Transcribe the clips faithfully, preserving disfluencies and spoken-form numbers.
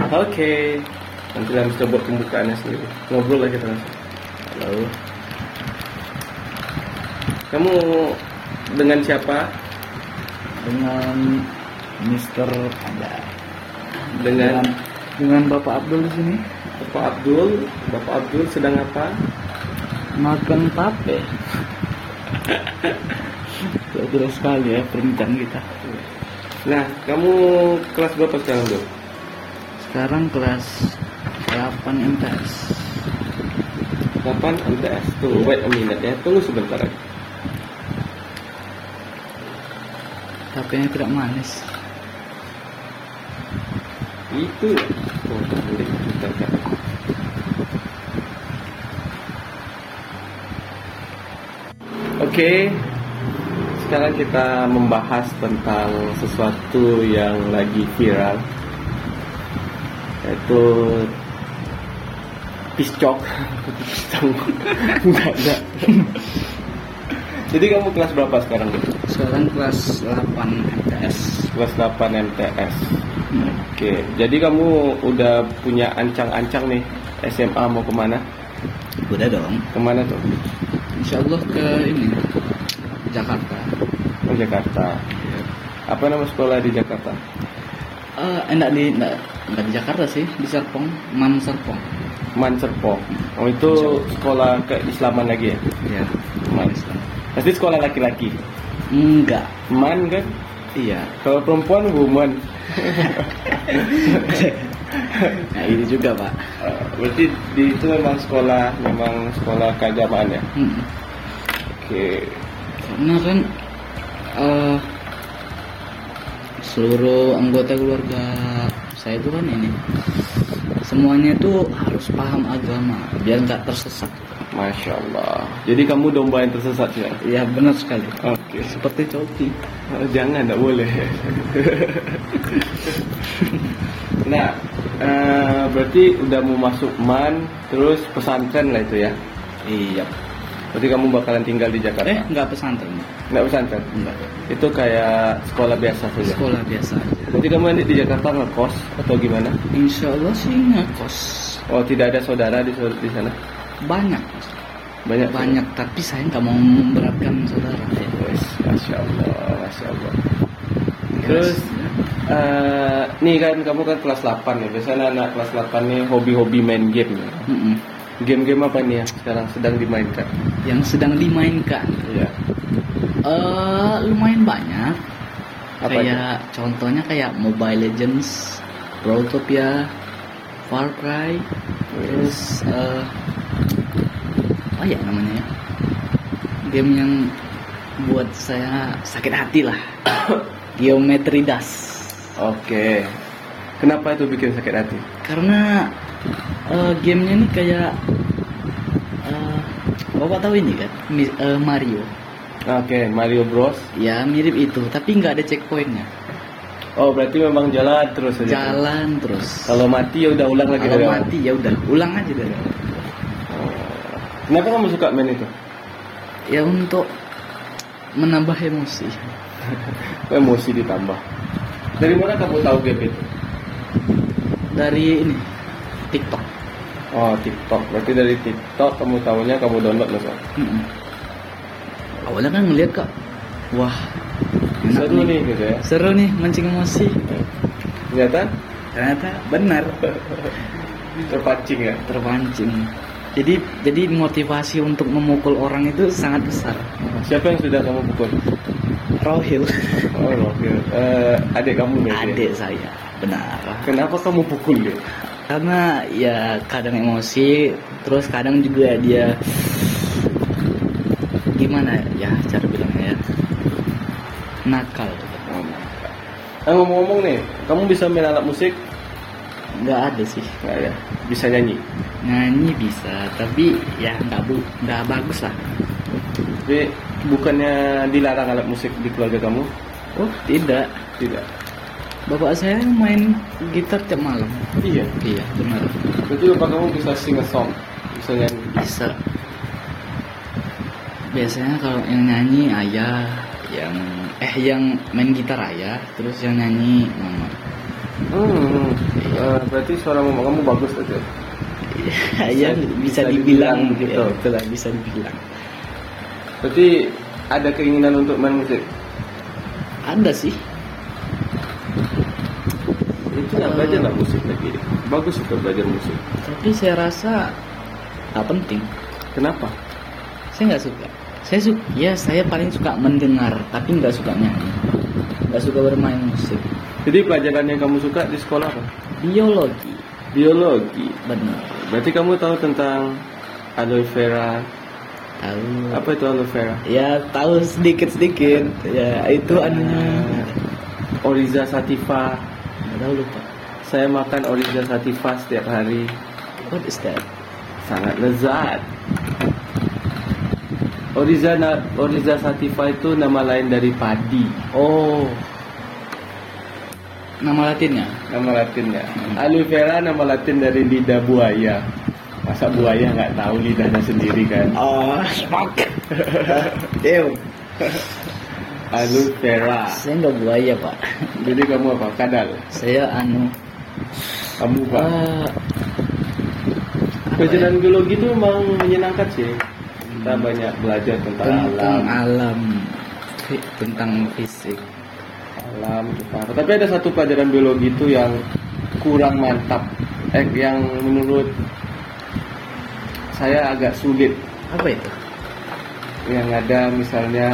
Oke, nanti kita bisa buat pembukaannya sendiri. Ngobrol aja kita langsung. Halo. Kamu dengan siapa? Dengan Mister Panda. Dengan dengan Bapak Abdul di sini. Bapak Abdul. Bapak Abdul sedang apa? Makan tape. Terus sekali ya perbincangan kita. Nah, kamu kelas berapa sekarang, Dok? Sekarang kelas delapan M T S. delapan M T S. Tunggu, wait a minute ya. Tunggu sebentar aja. Tapenya tidak manis. Itu. Oh, boleh. Bentar, bentar. Oke. Sekarang kita membahas tentang sesuatu yang lagi viral, yaitu piscok. Enggak, enggak. Jadi kamu kelas berapa sekarang, Dok? Sekarang kelas delapan M T S. Kelas delapan M T S. Hmm. Oke, jadi kamu udah punya ancang-ancang nih S M A mau kemana? Udah dong. Kemana tuh? Insya Allah ke ini Jakarta. Oh, Jakarta. Apa nama sekolah di Jakarta? Uh, enggak di enggak, enggak di Jakarta sih, di Serpong, Man Serpong. Man Serpong. Oh, itu sekolah keislaman lagi ya? Iya, Man Islam. Pasti sekolah laki-laki. Enggak. Man kan? Iya. Kalau perempuan woman. Nah, ini juga, Pak. Uh, berarti di itu memang sekolah memang sekolah keagamaan ya? Hmm. Oke. Karena kan uh, seluruh anggota keluarga saya itu kan ini semuanya itu harus paham agama biar nggak tersesat. Masya Allah. Jadi kamu domba yang tersesat ya? Iya benar sekali. Oke. Seperti coki. Oh, jangan, tidak boleh. Nah, uh, berarti udah mau masuk man, terus pesantren lah itu ya? Iya. Berarti kamu bakalan tinggal di Jakarta? Eh, nggak pesantren. Nggak pesantren? Enggak. Itu kayak sekolah biasa saja? Sekolah biasa aja. Berarti kamu nanti di Jakarta ngekos atau gimana? Insya Allah sih ngekos. Oh, tidak ada saudara di di sana? Banyak. Banyak? Banyak, ya? Tapi saya nggak mau memberatkan saudara. Yes, Masya Allah, Masya Allah. Terus, uh, nih kan kamu kan kelas delapan ya. Biasanya anak kelas delapan nih hobi-hobi main game ya. Mm-mm. Game-game apa nih yang sekarang sedang dimainkan? Yang sedang dimainkan? Iya. Uh, lumayan banyak. Apa kayak aja? Contohnya kayak Mobile Legends, Brawltopia, Far Cry, yes. Terus uh, apa ya namanya ya? Game yang buat saya sakit hati lah. Geometry Dash. Oke. Kenapa itu bikin sakit hati? Karena uh, gamenya ini kayak uh, Bapak tahu ini kan uh, Mario. Oke, Mario Bros. Ya mirip itu, tapi nggak ada checkpointnya. Oh, berarti memang jalan terus aja. Jalan terus. Kalau mati ya udah ulang lagi. Kalau mati ya udah ulang aja dari awal. Oh. Kenapa kamu suka main itu? Ya untuk menambah emosi. Emosi ditambah. Dari mana kamu tahu game itu? Dari ini TikTok. Oh, TikTok. Berarti dari TikTok kamu tahunya kamu download loh, Sob. Mm-mm. Awalnya kan ngeliat kok, wah seru nih. nih gitu ya. Seru nih mancing emosi. Ternyata? Ternyata benar. Terpancing ya? Terpancing. Jadi jadi motivasi untuk memukul orang itu sangat besar. Siapa yang sudah kamu pukul? Rohil. Oh, Rohil. Uh, adik kamu nih? Adik ya? Saya, benar. Kenapa kamu pukul dia? Karena ya kadang emosi, terus kadang juga dia gimana ya cara bilangnya ya, nakal. Oh, nah, ngomong-ngomong nih, kamu bisa main alat musik? Nggak ada sih. Nggak ada. Bisa nyanyi? Nyanyi bisa, tapi ya nggak bu, nggak bagus lah. Jadi bukannya dilarang alat musik di keluarga kamu? Oh tidak, tidak. Bapak saya main gitar tiap malam. Iya, iya benar. Berarti bapak kamu bisa sing a song, bisa nyanyi? Bisa. Biasanya kalau yang nyanyi ayah, yang eh yang main gitar ayah, terus yang nyanyi mama. Hmm, eh, berarti suara mama kamu bagus tuh. Ya, bisa bisa dibilang dibilang begitu. ya, betul lah, bisa dibilang. Berarti ada keinginan untuk main musik. Ada sih. Itu nggak belajar lah musik lagi. Bagus juga belajar musik. Tapi saya rasa nggak penting. Kenapa? Saya nggak suka. Saya suka, ya saya paling suka mendengar, tapi nggak suka nyanyi, nggak suka bermain musik. Jadi pelajaran yang kamu suka di sekolah apa? Biologi, Biologi. benar. Berarti kamu tahu tentang aloe vera. Tahu. Apa itu aloe vera? Ya tahu sedikit sedikit. Ya itu anunya. Eh, Oryza sativa. Nggak tahu, lupa. Saya makan Oryza sativa setiap hari. What is that? Sangat lezat. Oryza na- Oryza sativa itu nama lain dari padi. Oh, nama latinnya? Nama latinnya. Aloe vera nama latin dari lidah buaya. Masa buaya nggak tahu lidahnya sendiri kan? Oh, fuck. Ew. Aloe vera. Saya nggak buaya pak. Jadi kamu apa? Kadal. Saya anu. Kamu apa? eh, Pelajaran biologi itu memang menyenangkan sih. Kita banyak belajar tentang, tentang alam, alam, fi- tentang fisik. alam, tentang. Tapi ada satu pelajaran biologi itu yang kurang mantap. Eh, yang menurut saya agak sulit. Apa itu? Yang ada misalnya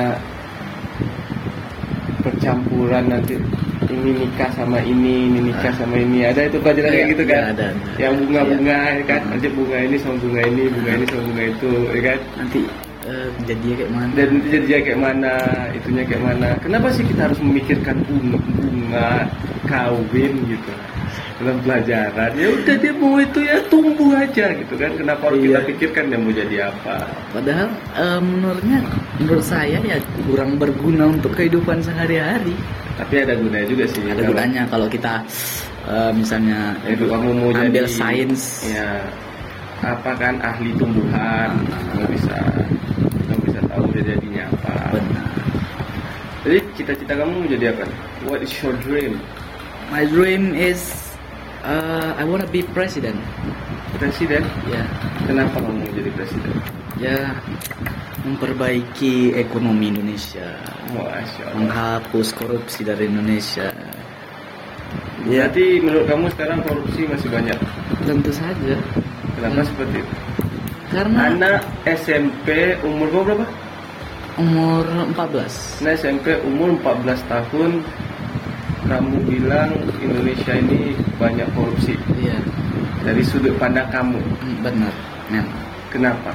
percampuran nanti ini nikah sama ini, ini nikah sama ini. Ada itu pelajaran Iya, kayak gitu kan? iya, ada, ada. Yang bunga-bunga ya kan? Hmm. Nanti bunga ini sama bunga ini, bunga ini sama bunga itu, ya kan? Nanti eh, jadinya kayak mana? Dan nanti jadinya kayak mana, itunya kayak mana. Kenapa sih kita harus memikirkan bunga, bunga kawin gitu dalam pelajaran? Ya udah dia mau itu ya tumbuh aja gitu kan. Kenapa harus Iya. kita pikirkan dia mau jadi apa? Padahal eh, menurutnya, menurut saya ya kurang berguna untuk kehidupan sehari-hari. Tapi ada gunanya juga sih. Ada Kalau- gunanya kalau kita eh, misalnya Ya, itu kamu mau ambil jadi sains. ya apa kan ahli tumbuhan, kamu bisa kamu bisa tahu dia jadinya apa. Benar. Jadi cita-cita kamu mau jadi apa? What is your dream? My dream is uh, I wanna be president. Presiden? Ya, Kenapa kamu mau jadi presiden? ya memperbaiki ekonomi Indonesia, Masya Allah. menghapus korupsi dari Indonesia. Ya, Berarti menurut kamu sekarang korupsi masih banyak. tentu saja. Kenapa Hmm. seperti itu? Karena Anak S M P umur kamu berapa? umur empat belas. Anak S M P umur empat belas tahun. Kamu bilang Indonesia ini banyak korupsi. Iya, Dari sudut pandang kamu, hmm, benar. Memang. kenapa?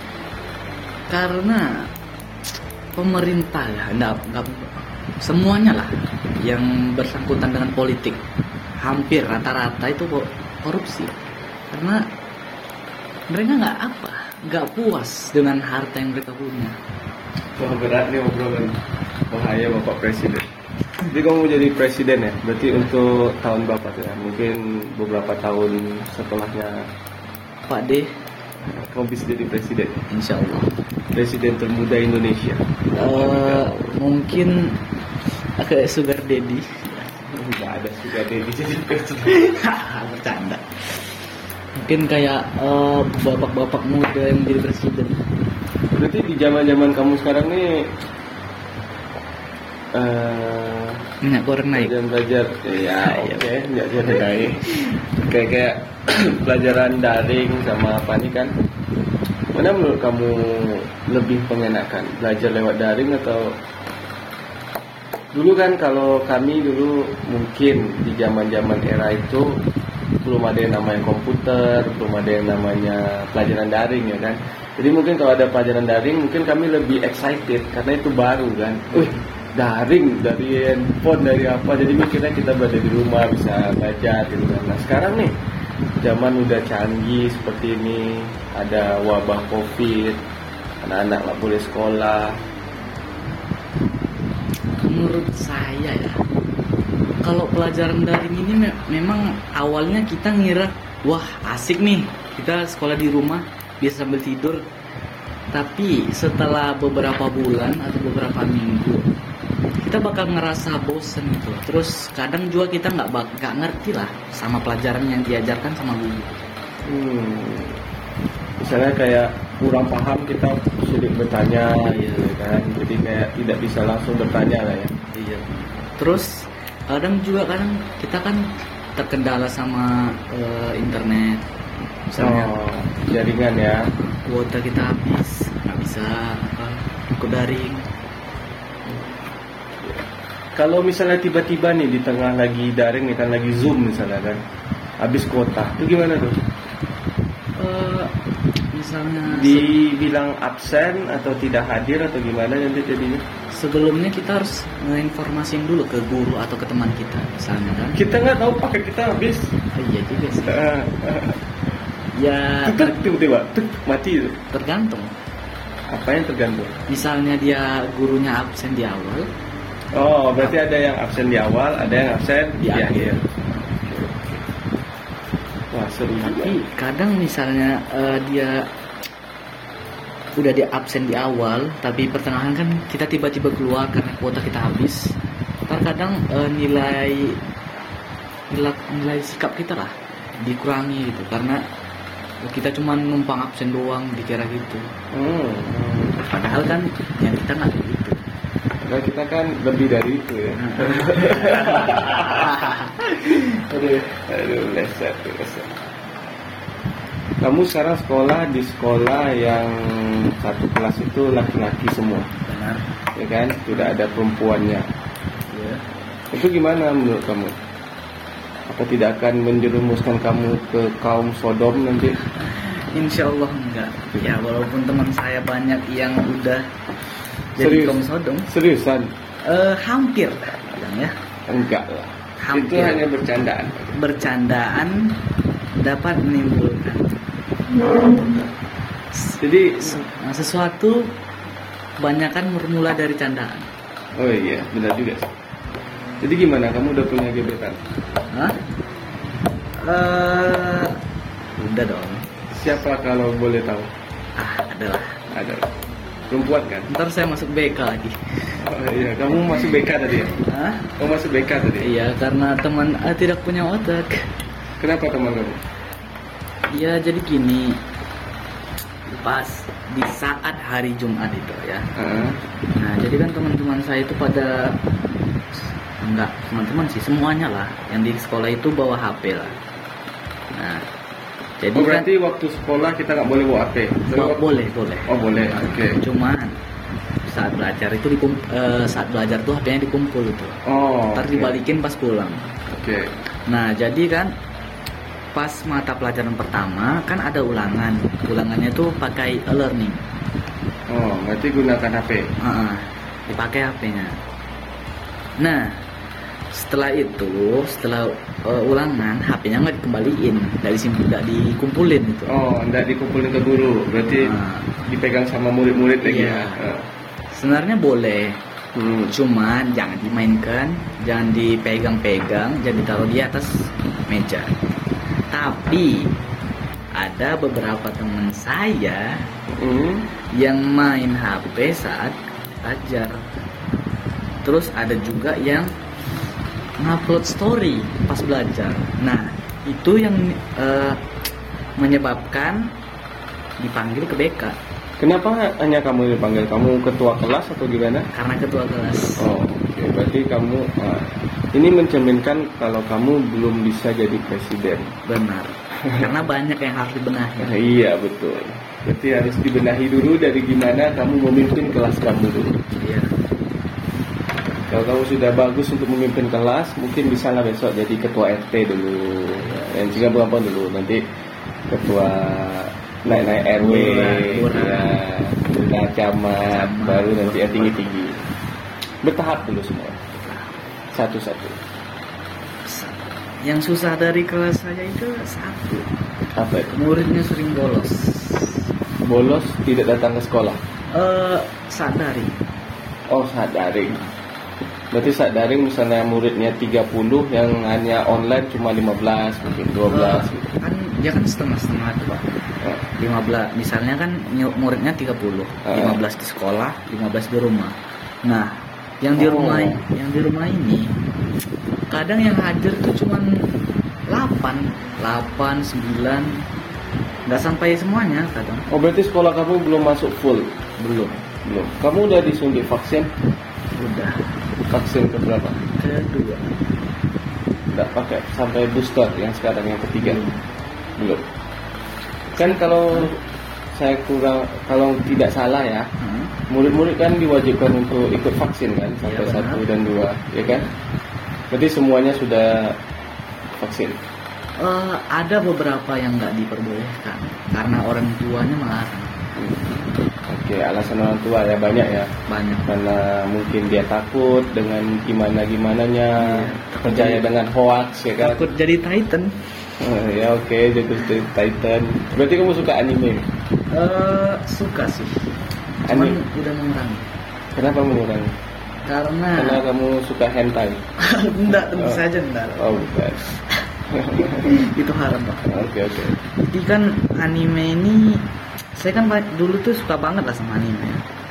Karena pemerintah ya, enggak, enggak semuanya lah yang bersangkutan dengan politik hampir rata-rata itu kok korupsi. Karena mereka nggak apa, nggak puas dengan harta yang mereka punya. Wah berat nih obrolan. Bahaya Bapak Presiden. Jadi kamu mau jadi presiden ya? Berarti untuk tahun berapa tuh ya? Mungkin beberapa tahun setelahnya Pak D, kamu bisa jadi presiden. insya Allah. Presiden termuda Indonesia. Eh, mungkin agak sugar daddy. Tidak ada sudah ada jadi presiden. Bercanda. Mungkin kayak eh, bapak-bapak muda yang jadi presiden. Berarti di zaman-zaman kamu sekarang nih eh Minyak goreng naik. pelajaran belajar ya Iya. oke nggak jadi naik kayak kayak pelajaran daring sama apa nih kan, mana menurut kamu lebih mengenakan belajar lewat daring atau dulu kan? Kalau kami dulu mungkin di zaman-zaman era itu belum ada yang namanya komputer, belum ada yang namanya pelajaran daring ya kan. Jadi mungkin kalau ada pelajaran daring mungkin kami lebih excited karena itu baru kan. Wih, daring dari handphone dari apa, jadi mikirnya kita berada di rumah bisa belajar gitu kan. Nah sekarang nih zaman udah canggih seperti ini, ada wabah covid, anak-anak nggak boleh sekolah. Menurut saya ya, kalau pelajaran daring ini me- memang awalnya kita ngira wah asik nih kita sekolah di rumah bisa sambil tidur. Tapi setelah beberapa bulan atau beberapa minggu kita kita bakal ngerasa bosen gitu. Terus kadang juga kita nggak bak- nggak ngerti lah sama pelajaran yang diajarkan sama guru. Hmm. Misalnya kayak kurang paham, kita sulit bertanya, gitu kan. Jadi kayak tidak bisa langsung bertanya lah ya. Iya. Terus kadang juga kadang kita kan terkendala sama eh, internet. Misalnya Oh, jaringan ya. kuota kita habis, nggak bisa apa ikut daring. Kalau misalnya tiba-tiba nih di tengah lagi daring nih kan, lagi Zoom misalnya kan, habis kuota, itu gimana tuh? Eh, misalnya Dibilang absen atau tidak hadir atau gimana nanti jadinya? sebelumnya kita harus ngeinformasiin dulu ke guru atau ke teman kita misalnya kan. Kita nggak tahu paket kita habis. Oh, iya juga sih. Ah, Ya Tutup tiba-tiba, tuk, mati itu. tergantung. Apa yang tergantung? Misalnya dia gurunya absen di awal, Oh, berarti ada yang absen di awal, ada yang absen di, Di akhir. akhir. Wah, seru juga. tapi kadang misalnya eh, dia udah dia absen di awal, tapi pertengahan kan kita tiba-tiba keluar karena kuota kita habis. Terkadang eh, nilai nilai nilai sikap kita lah dikurangi gitu karena kita cuma numpang absen doang dikira gitu. Hmm. Padahal kan yang kita nggak gitu. Nah, kita kan lebih dari itu ya. aduh, aduh, leset, leset. Kamu sekarang sekolah di sekolah yang satu kelas itu laki-laki semua, Benar. ya kan? Tidak ada perempuannya. Ya. Itu gimana menurut kamu? Apa tidak akan menjerumuskan kamu ke kaum Sodom nanti? Insya Allah enggak. Ya walaupun teman saya banyak yang udah jadi Serius? kaum sodom, Seriusan? eh, hampir kadang ya. Enggak lah. Hampir. Itu hanya bercandaan. Bercandaan dapat menimbulkan Jadi, nah, sesuatu kebanyakan bermula dari candaan. oh iya, benar juga sih. Jadi gimana? Kamu udah punya gebetan? Hah? Eh, udah dong. Siapa kalau boleh tahu? Ah, adalah. Ada. Perempuan kan? Ntar saya masuk B K lagi. Oh iya, kamu masuk B K tadi ya? Hah? Kamu masuk B K tadi? Iya, karena teman ah, tidak punya otak. Kenapa teman kamu? Ya jadi gini, pas di saat hari Jumat itu ya. Ah, Nah jadi kan teman-teman saya itu pada enggak teman-teman sih semuanya lah yang di sekolah itu bawa H P lah. Nah jadi oh kan berarti waktu sekolah kita nggak boleh bawa H P? Tapi oh, waktu- boleh boleh. Oh boleh, oke. Cuman saat belajar itu dikum, eh, saat belajar tuh H P-nya dikumpul itu. Oh, Ntar oke. dibalikin pas pulang. Oke. Nah jadi kan pas mata pelajaran pertama kan ada ulangan. Ulangannya tuh pakai e-learning. Oh, berarti gunakan H P. Heeh, dipakai H P-nya. Nah, setelah itu, setelah uh, ulangan, H P-nya nggak dikembaliin, dari sini nggak dikumpulin itu. Oh, enggak dikumpulin ke guru, berarti Nah, dipegang sama murid-murid lagi iya. ya? Ah. Sebenarnya boleh, Hmm. cuman jangan dimainkan, jangan dipegang-pegang, jangan ditaruh di atas meja. Tapi ada beberapa teman saya Hmm. yang main H P saat belajar. Terus ada juga yang ngupload story pas belajar. Nah, itu yang eh, menyebabkan dipanggil ke B K Kenapa hanya kamu dipanggil? Kamu ketua kelas atau gimana? karena ketua kelas. Oh, oke. Berarti kamu ah, ini mencerminkan kalau kamu belum bisa jadi presiden. Benar. Karena banyak yang harus dibenahi. Nah, iya betul. Berarti harus dibenahi dulu dari gimana kamu memimpin kelas kamu dulu. Iya. Kalau kamu sudah bagus untuk memimpin kelas, mungkin bisa lah besok jadi ketua R T dulu, dan juga berapa dulu nanti ketua naik-naik R W, Lurah, lurah. ya, lurah, camat, Camat, baru nanti yang lurah. tinggi-tinggi. Bertahap dulu semua, satu-satu. Yang susah dari kelas saya itu satu, Apa itu? muridnya sering bolos. Bolos tidak datang ke sekolah. Eh, saat daring. Oh, saat daring. Berarti saat daring misalnya muridnya tiga puluh, yang hanya online cuma lima belas, mungkin dua belas. Eh, kan dia kan setengah-setengah tuh Pak. Oh, lima belas misalnya kan nyu- muridnya tiga puluh, Ah. lima belas di sekolah, lima belas di rumah. Nah, Yang di Oh. rumah yang di rumah ini kadang yang hadir tuh cuman delapan, delapan, sembilan, nggak sampai semuanya kadang. Oh berarti sekolah kamu belum masuk full? Belum. Belum. Kamu udah disuntik vaksin? Udah Vaksin ke berapa? kedua. Nggak pakai sampai booster yang sekarang yang ketiga? Belum. Kan kalau saya kurang, kalau tidak salah ya, Hmm. murid-murid kan diwajibkan untuk ikut vaksin kan sampai Iya, benar. satu dan dua, ya kan? Berarti semuanya sudah vaksin. Eh, ada beberapa yang nggak diperbolehkan karena orang tuanya melarang. Oke, alasan orang tua ya banyak ya. Banyak. Karena mungkin dia takut dengan gimana gimananya, Iya, percaya takut dengan hoax ya kan? Takut jadi Titan. Oh, ya oke, jadi Titan. Berarti kamu suka anime? Eh, suka sih. Cuman Anime. udah mengurangi. Kenapa mengurangi? Karena Karena kamu suka hentai. enggak, tentu Oh. saja enggak. Oh bukan. Itu haram, Pak. Oke oke. Jadi kan anime ini saya kan ba- dulu tuh suka banget lah sama anime.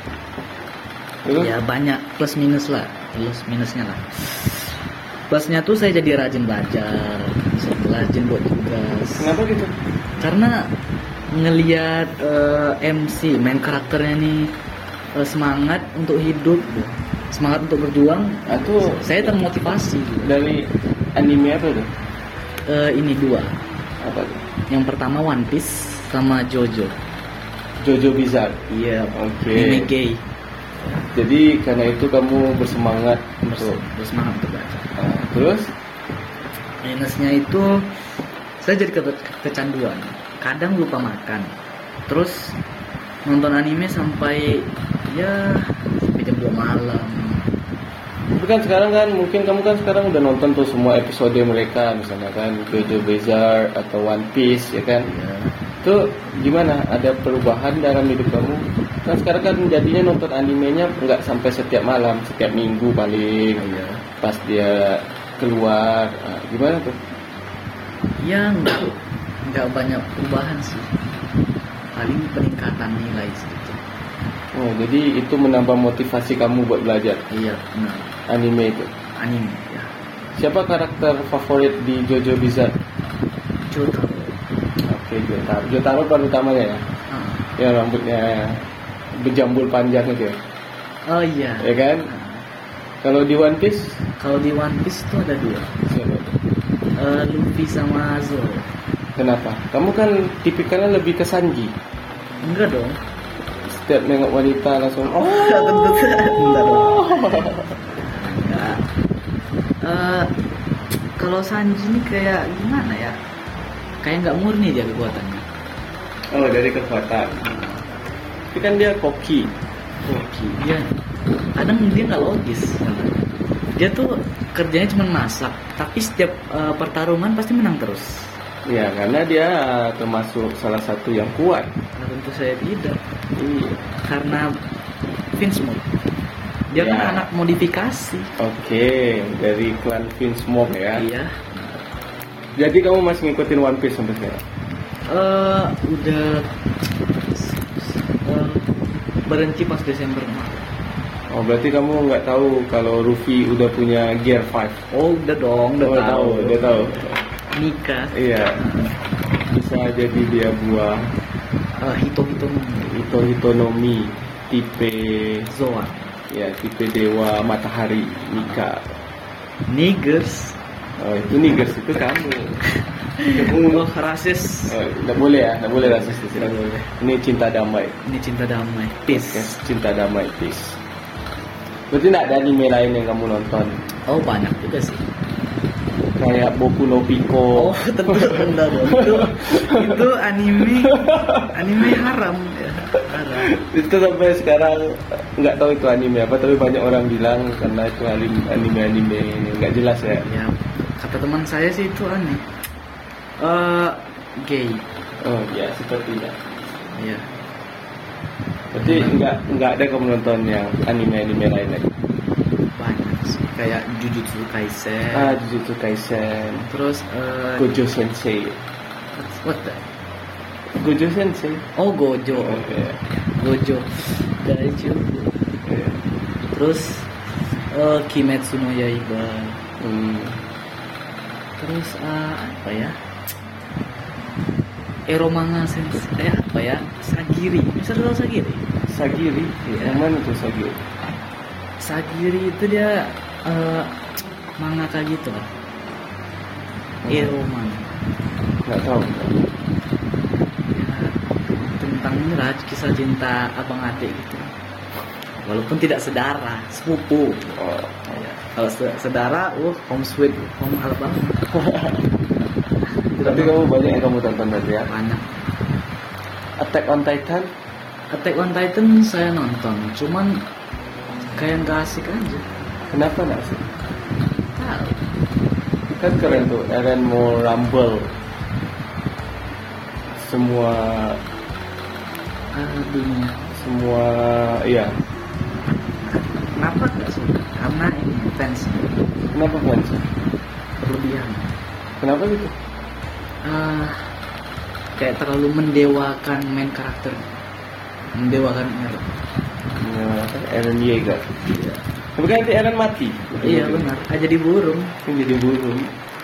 Terus? Ya banyak plus minus lah, plus minusnya lah. Plusnya tuh saya jadi rajin belajar, bisa rajin buat tugas. Kenapa gitu? Karena ngelihat eh, M C main karakternya nih eh, semangat untuk hidup, semangat untuk berjuang, Atau saya termotivasi. dari anime apa tuh? Eh, ini dua. Apa tuh? Yang pertama One Piece sama Jojo. Jojo Bizarre. Iya. Oke. Anime gay. Jadi karena itu kamu bersemangat untuk Bersemangat untuk belajar. ah, terus Minusnya itu saya jadi ke- kecanduan. Kadang lupa makan. Terus nonton anime sampai ya sampai jam dua malam. tapi kan sekarang kan mungkin kamu kan sekarang udah nonton tuh semua episode mereka misalnya kan Jojo Bizarre atau One Piece ya kan? Ya. Itu gimana? Ada perubahan dalam hidup kamu? Kan sekarang kan jadinya nonton animenya nggak sampai setiap malam, setiap minggu paling. Iya. Pas dia keluar, ah, gimana tuh? Ya nggak nggak banyak perubahan sih. Paling peningkatan nilai sedikit. Oh, jadi itu menambah motivasi kamu buat belajar Iya benar. anime itu. Anime ya. Siapa karakter favorit di Jojo Bizarre? Jotaro. Oke, Jotaro. Jotaro pada utamanya ya. Ah. Ya rambutnya berjambul panjang itu ya. Oh iya. Ya kan? Kalau di One Piece Kalau di One Piece tuh ada dua. siapa? Eh, Luffy sama Zoro. Kenapa? Kamu kan tipikalnya lebih ke Sanji. Enggak dong. Setiap nengok wanita langsung oh. Tentu saja. Enggak dong. Enggak. Eh, kalau Sanji ini kayak gimana ya? Kayak nggak murni dia kekuatannya. Oh, dari kekuatan. Tapi kan dia koki. Oke. Dia kadang dia nggak logis. Dia tuh kerjanya cuma masak, tapi setiap eh, pertarungan pasti menang terus. Ya, karena dia termasuk salah satu yang kuat. Nah, tentu saya tidak. Iya. Karena Vince Mob. Dia kan Ya. anak modifikasi. Oke, dari klan Vince Mob ya. Iya. Jadi kamu masih ngikutin One Piece sampai sekarang? Eh udah eh, berhenti pas Desember kemarin. Oh, berarti kamu nggak tahu kalau Luffy udah punya Gear lima. Oh udah dong, udah Oh, tahu. udah tahu. Nikah. Iya. Bisa jadi dia buah Eh, Hito-hito Hito Hitonomi tipe Zoa. ya tipe dewa matahari Nika. Niggers. Oh, itu niggers itu kamu. Kamu Oh rasis. oh, nggak boleh ya, nggak boleh rasis di sini. Nggak boleh. Ini cinta damai. Ini cinta damai. Peace. Yes, cinta damai peace. Berarti nggak ada anime lain yang kamu nonton? Oh banyak juga sih. Kayak Boku no Pico. Oh tentu enggak dong. Itu, itu anime anime haram ya. Haram. Itu sampai sekarang nggak tahu itu anime apa, tapi banyak orang bilang karena itu anime anime nggak jelas ya. Ya kata teman saya sih itu aneh. Eh gay. Oh ya sepertinya. Ya. Berarti nggak nggak ada kamu nonton yang anime anime lain lagi. Banyak sih. Kayak Jujutsu Kaisen. Ah, Jujutsu Kaisen, Terus eh Gojo Sensei. what the? Gojo Sensei. Oh Gojo. Oh, iya. Gojo. Gojo. Iya. Terus oh, Kimetsu no Yaiba. Hmm. Terus uh, apa ya? Eromanga Sensei. Eh apa ya? Sagiri. Bisa tahu Sagiri? Sagiri. Iya. Yang mana tuh Sagiri? Sagiri itu dia uh, mangaka gitu lah. Hmm. Eromanga. Nggak tahu. Ya, tentang ini lah kisah cinta abang adik gitu. Walaupun tidak sedara, sepupu. Oh. Ya, kalau se- sedara, uh, home sweet, home Alabama. Tapi kamu banyak yang kamu tonton berarti ya? Banyak. Attack on Titan? Attack on Titan saya nonton, cuman kayak nggak asik aja. Kenapa nggak sih? Tahu. Kan keren tuh, Eren mau rumble semua Ah, dunia. semua iya. Kenapa nggak suka? Karena ini fans Kenapa fans? berlebihan. Kenapa gitu? Ah, kayak terlalu mendewakan main karakter, mendewakan Eren. Ya, Eren Yeager. Iya. Tapi kan nanti Eren mati. Iya benar. Ah, jadi burung. Ini jadi burung.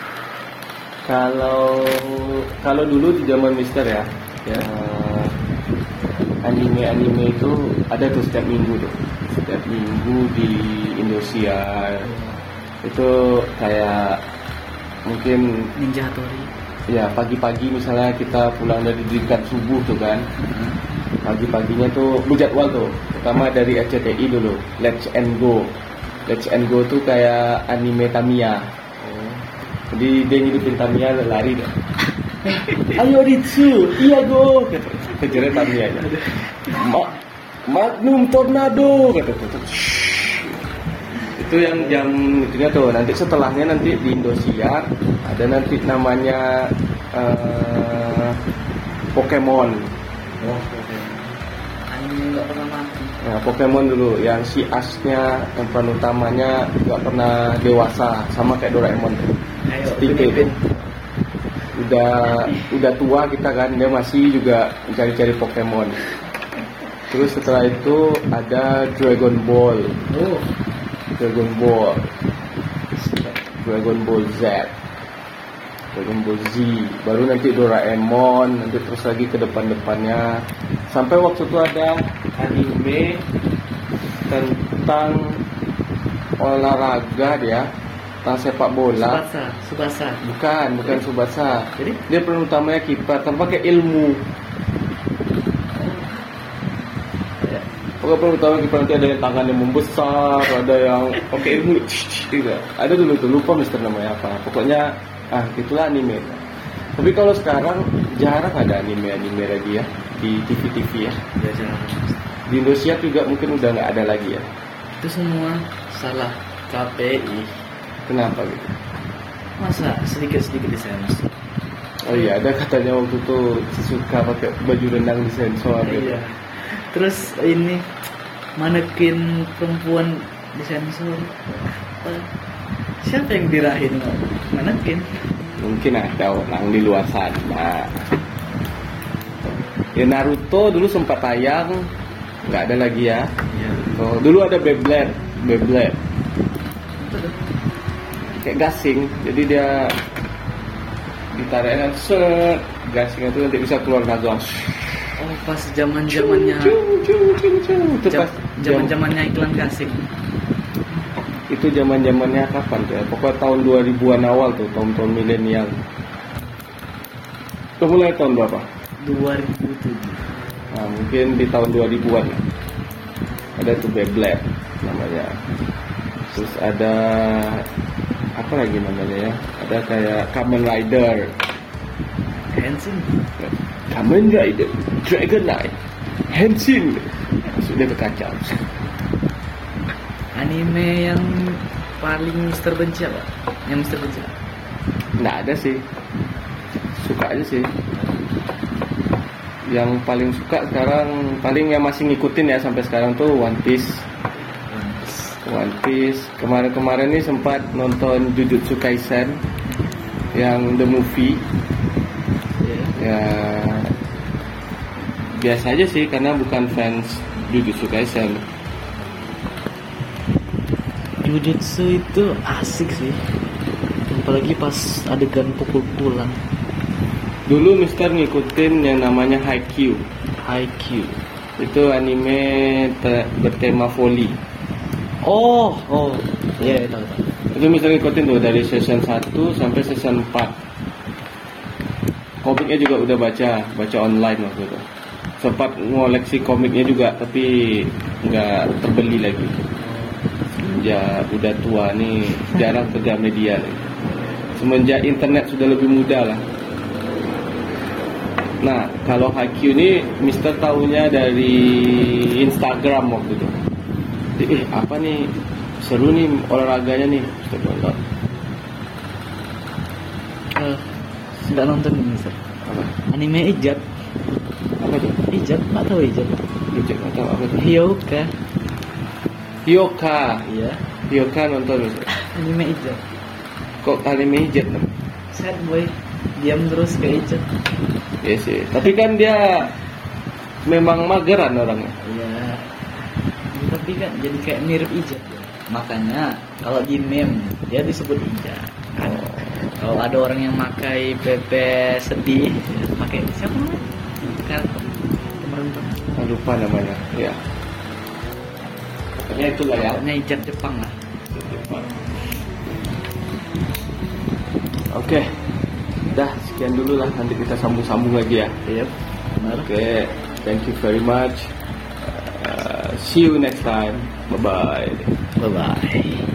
Kalau kalau dulu di zaman Mister ya, Ya. eh, anime-anime itu ada tuh setiap minggu tuh, setiap minggu di Indosiar. Itu kayak mungkin Ninja Hattori. ya pagi-pagi misalnya kita pulang dari dekat subuh tuh kan, pagi-paginya tuh berjadwal tuh. Pertama dari R C T I dulu, Let's and Go. Let's and Go tuh kayak anime Tamiya. Jadi dia ngidupin Tamiya lari deh. Ayo Ritsu, iya go. Kejarnya Tamiya aja. Ma- Magnum Tornado kata tuh. Itu yang jam itunya tuh. Nanti setelahnya nanti di Indosiar ada nanti namanya uh, Pokemon. Oh, anime nggak pernah mati. Nah, Pokemon dulu yang si Asnya yang peran utamanya nggak pernah dewasa, sama kayak Doraemon tuh. Ayo, Stipe Pin-Pin. udah udah tua kita kan, dia masih juga mencari-cari Pokemon. Terus setelah itu ada Dragon Ball, Oh, Dragon Ball, Dragon Ball Z, Dragon Ball Z, baru nanti Doraemon, nanti terus lagi ke depan-depannya sampai waktu itu ada anime tentang olahraga dia, tentang sepak bola. Subasa, Subasa. Bukan, bukan Subasa. Jadi? Dia peran utamanya kiper, tanpa pakai ilmu. Ya. Pokoknya peran utama kiper nanti ada yang tangannya membesar, ada yang pakai ilmu. Tidak. Ada dulu tuh, lupa Mister namanya apa. Pokoknya, ah itulah anime. Tapi kalau sekarang jarang ada anime-anime lagi ya di T V-T V ya. Ya, jangan. Di Indonesia juga mungkin udah nggak ada lagi ya. Itu semua salah K P I. Kenapa gitu? Masa sedikit-sedikit disensor? Oh iya, ada katanya waktu itu suka pakai baju renang di sensor gitu. Iya. Terus ini manekin perempuan disensor. Apa? Siapa yang dirahin? Manekin. Mungkin ada orang di luar sana. Ya Naruto dulu sempat tayang, nggak ada lagi ya. Iya. Oh, dulu ada Beyblade, Beyblade kayak gasing, jadi dia ditarik kan, set, gasing itu nanti bisa keluar naga. Oh, pas zaman-zamannya Itu pas zaman-zamannya iklan gasing. itu zaman-zamannya kapan tuh ya? Pokoknya tahun dua ribuan awal tuh, tahun-tahun milenial. Itu mulai tahun berapa? dua ribu tujuh. Nah, mungkin di tahun dua ribuan ya. Ada tuh Beyblade namanya. Terus ada apa lagi namanya ya? Ada kayak Kamen Rider. Henshin. Kamen Rider, Dragon Knight, Henshin. Sudah berkacau. Anime yang paling Mister benci apa? Yang Mister benci? Nggak ada sih. Suka aja sih. Yang paling suka sekarang, paling yang masih ngikutin ya sampai sekarang tuh One Piece. One Piece. Kemarin-kemarin ini sempat nonton Jujutsu Kaisen yang the movie. Ya biasa aja sih karena bukan fans Jujutsu Kaisen. Jujutsu itu asik sih, apalagi pas adegan pukul-pukulan. Dulu Mister ngikutin yang namanya Haikyuu. Haikyuu. Itu anime te- bertema volley. Oh, oh, iya yeah, tahu tahu. Itu Mister ngikutin tuh dari season satu sampai season empat. Komiknya juga udah baca, baca online waktu itu. Sempat ngoleksi komiknya juga, tapi nggak terbeli lagi. Semenjak udah tua nih, jarang kerja media nih. Semenjak internet sudah lebih mudah lah. Nah, kalau Haikyuu ini Mister tahunya dari Instagram waktu itu. Jadi, eh apa nih, seru nih olahraganya nih, Mister nonton. Uh, nggak nonton ini Mister. Apa? Anime Ijab. Apa tuh? Ijab, nggak tahu Ijab. Ijab atau apa tuh? Hyoka. Hyoka. Iya. Hyoka nonton Mister. Anime Ijab. Kok anime hijab tuh? Sad boy, diam terus kayak Ijab. Iya sih. Tapi kan dia memang mageran orangnya. Iya. Tapi kan jadi kayak mirip Ijab. Makanya kalau di meme dia disebut Ijab. Kan? Oh. Kalau ada orang yang pakai Pepe sedih, pakai siapa namanya? Karakter pemeran. Ah, lupa namanya. Ya. Pokoknya itulah ya. Pokoknya Ijab Jepang lah. Oke. Dah, sekian dulu lah. Nanti kita sambung-sambung lagi ya. Iya. Benar. Oke. Thank you very much. Uh, see you next time. Bye bye. Bye bye.